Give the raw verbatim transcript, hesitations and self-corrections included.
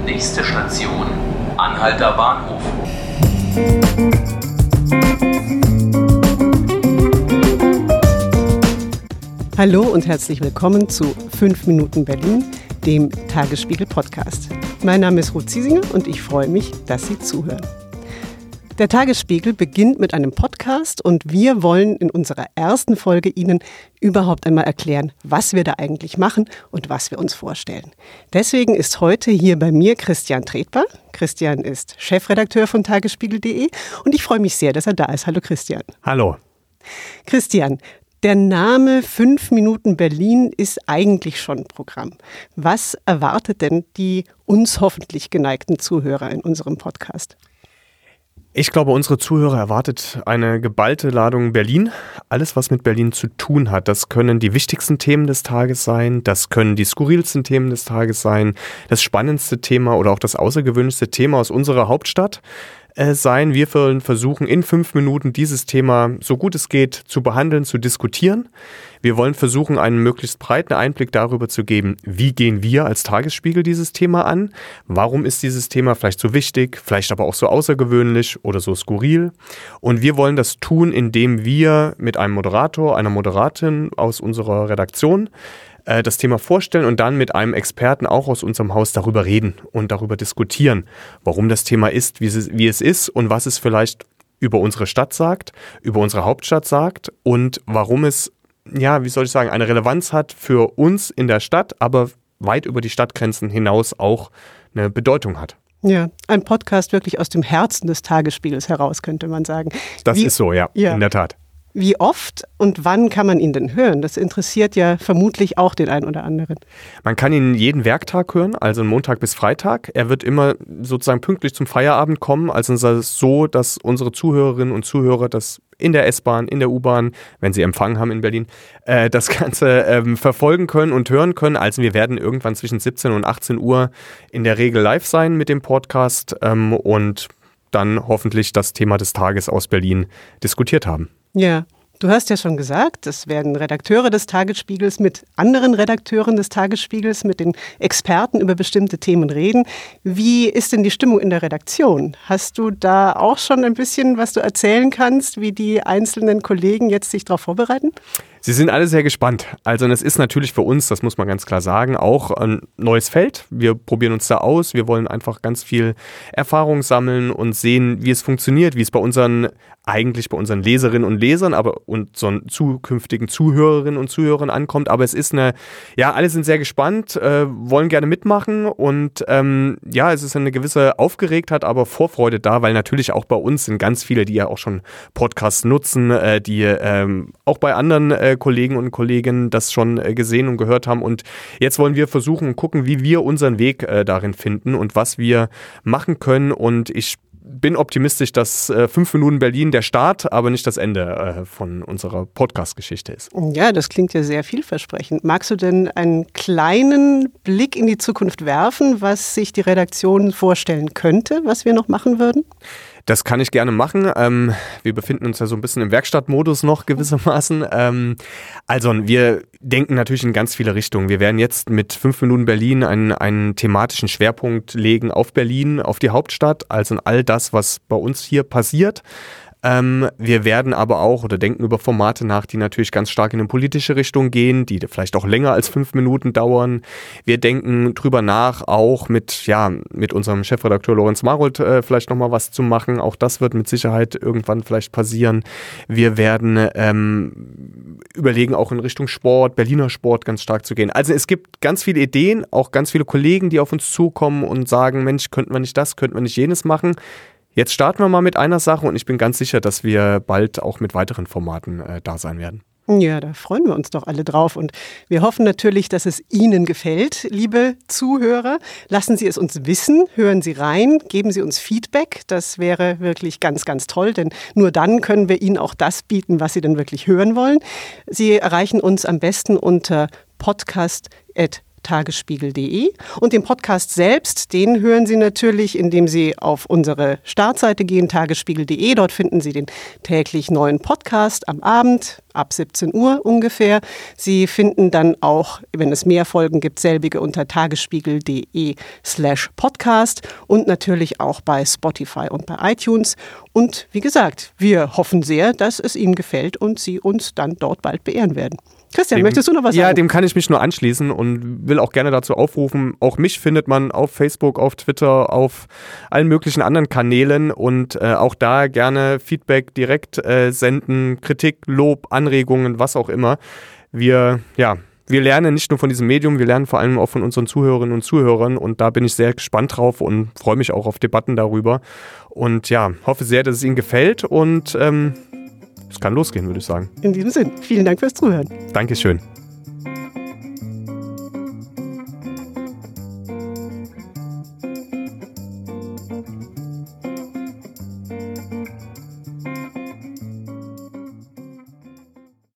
Nächste Station, Anhalter Bahnhof. Hallo und herzlich willkommen zu fünf Minuten Berlin, dem Tagesspiegel-Podcast. Mein Name ist Ruth Ziesinger und ich freue mich, dass Sie zuhören. Der Tagesspiegel beginnt mit einem Podcast und wir wollen in unserer ersten Folge Ihnen überhaupt einmal erklären, was wir da eigentlich machen und was wir uns vorstellen. Deswegen ist heute hier bei mir Christian Tretbar. Christian ist Chefredakteur von tagesspiegel punkt de und ich freue mich sehr, dass er da ist. Hallo Christian. Hallo. Christian, der Name fünf Minuten Berlin ist eigentlich schon Programm. Was erwartet denn die uns hoffentlich geneigten Zuhörer in unserem Podcast? Ich glaube, unsere Zuhörer erwartet eine geballte Ladung Berlin. Alles, was mit Berlin zu tun hat, das können die wichtigsten Themen des Tages sein, das können die skurrilsten Themen des Tages sein, das spannendste Thema oder auch das außergewöhnlichste Thema aus unserer Hauptstadt äh, sein. Wir wollen versuchen, in fünf Minuten dieses Thema, so gut es geht, zu behandeln, zu diskutieren. Wir wollen versuchen, einen möglichst breiten Einblick darüber zu geben, wie gehen wir als Tagesspiegel dieses Thema an, warum ist dieses Thema vielleicht so wichtig, vielleicht aber auch so außergewöhnlich oder so skurril. Und wir wollen das tun, indem wir mit einem Moderator, einer Moderatin aus unserer Redaktion äh, das Thema vorstellen und dann mit einem Experten auch aus unserem Haus darüber reden und darüber diskutieren, warum das Thema ist, wie es, wie es ist und was es vielleicht über unsere Stadt sagt, über unsere Hauptstadt sagt und warum es, ja, wie soll ich sagen, eine Relevanz hat für uns in der Stadt, aber weit über die Stadtgrenzen hinaus auch eine Bedeutung hat. Ja, ein Podcast wirklich aus dem Herzen des Tagesspiegels heraus, könnte man sagen. Das wie, ist so, ja, ja, in der Tat. Wie oft und wann kann man ihn denn hören? Das interessiert ja vermutlich auch den einen oder anderen. Man kann ihn jeden Werktag hören, also Montag bis Freitag. Er wird immer sozusagen pünktlich zum Feierabend kommen. Also es ist so, dass unsere Zuhörerinnen und Zuhörer das in der S-Bahn, in der U-Bahn, wenn sie Empfang haben in Berlin, äh, das Ganze ähm, verfolgen können und hören können. Also wir werden irgendwann zwischen siebzehn und achtzehn Uhr in der Regel live sein mit dem Podcast ähm, und dann hoffentlich das Thema des Tages aus Berlin diskutiert haben. Ja, du hast ja schon gesagt, es werden Redakteure des Tagesspiegels mit anderen Redakteuren des Tagesspiegels, mit den Experten über bestimmte Themen reden. Wie ist denn die Stimmung in der Redaktion? Hast du da auch schon ein bisschen, was du erzählen kannst, wie die einzelnen Kollegen jetzt sich darauf vorbereiten? Sie sind alle sehr gespannt. Also es ist natürlich für uns, das muss man ganz klar sagen, auch ein neues Feld. Wir probieren uns da aus. Wir wollen einfach ganz viel Erfahrung sammeln und sehen, wie es funktioniert, wie es bei unseren, eigentlich bei unseren Leserinnen und Lesern, aber unseren zukünftigen Zuhörerinnen und Zuhörern ankommt. Aber es ist eine, ja, alle sind sehr gespannt, äh, wollen gerne mitmachen und ähm, ja, es ist eine gewisse Aufgeregtheit, aber Vorfreude da, weil natürlich auch bei uns sind ganz viele, die ja auch schon Podcasts nutzen, äh, die ähm, auch bei anderen äh, Kollegen und Kolleginnen das schon äh, gesehen und gehört haben. Und jetzt wollen wir versuchen und gucken, wie wir unseren Weg äh, darin finden und was wir machen können. Und ich bin optimistisch, dass äh, fünf Minuten Berlin der Start, aber nicht das Ende äh, von unserer Podcast-Geschichte ist. Ja, das klingt ja sehr vielversprechend. Magst du denn einen kleinen Blick in die Zukunft werfen, was sich die Redaktion vorstellen könnte, was wir noch machen würden? Das kann ich gerne machen. Ähm, wir befinden uns ja so ein bisschen im Werkstattmodus noch gewissermaßen. Ähm, also wir denken natürlich in ganz viele Richtungen. Wir werden jetzt mit fünf Minuten Berlin einen, einen thematischen Schwerpunkt legen auf Berlin, auf die Hauptstadt, also in all das, was bei uns hier passiert. Ähm, wir werden aber auch oder denken über Formate nach, die natürlich ganz stark in eine politische Richtung gehen, die vielleicht auch länger als fünf Minuten dauern. Wir denken drüber nach, auch mit, ja, mit unserem Chefredakteur Lorenz Marold äh, vielleicht nochmal was zu machen. Auch das wird mit Sicherheit irgendwann vielleicht passieren. Wir werden ähm, überlegen, auch in Richtung Sport, Berliner Sport ganz stark zu gehen. Also es gibt ganz viele Ideen, auch ganz viele Kollegen, die auf uns zukommen und sagen, Mensch, könnten wir nicht das, könnten wir nicht jenes machen. Jetzt starten wir mal mit einer Sache und ich bin ganz sicher, dass wir bald auch mit weiteren Formaten äh, da sein werden. Ja, da freuen wir uns doch alle drauf und wir hoffen natürlich, dass es Ihnen gefällt, liebe Zuhörer. Lassen Sie es uns wissen, hören Sie rein, geben Sie uns Feedback. Das wäre wirklich ganz, ganz toll, denn nur dann können wir Ihnen auch das bieten, was Sie denn wirklich hören wollen. Sie erreichen uns am besten unter podcast at tagesspiegel punkt de. Und den Podcast selbst, den hören Sie natürlich, indem Sie auf unsere Startseite gehen, tagesspiegel punkt de. Dort finden Sie den täglich neuen Podcast am Abend, ab siebzehn Uhr ungefähr. Sie finden dann auch, wenn es mehr Folgen gibt, selbige unter tagesspiegel punkt de slash podcast und natürlich auch bei Spotify und bei iTunes. Und wie gesagt, wir hoffen sehr, dass es Ihnen gefällt und Sie uns dann dort bald beehren werden. Christian, dem, möchtest du noch was sagen? Ja, dem kann ich mich nur anschließen und will auch gerne dazu aufrufen. Auch mich findet man auf Facebook, auf Twitter, auf allen möglichen anderen Kanälen und äh, auch da gerne Feedback direkt äh, senden, Kritik, Lob, Anregungen, was auch immer. Wir, ja, wir lernen nicht nur von diesem Medium, wir lernen vor allem auch von unseren Zuhörerinnen und Zuhörern und da bin ich sehr gespannt drauf und freue mich auch auf Debatten darüber und ja, hoffe sehr, dass es Ihnen gefällt und ähm, es kann losgehen, würde ich sagen. In diesem Sinn, vielen Dank fürs Zuhören. Dankeschön.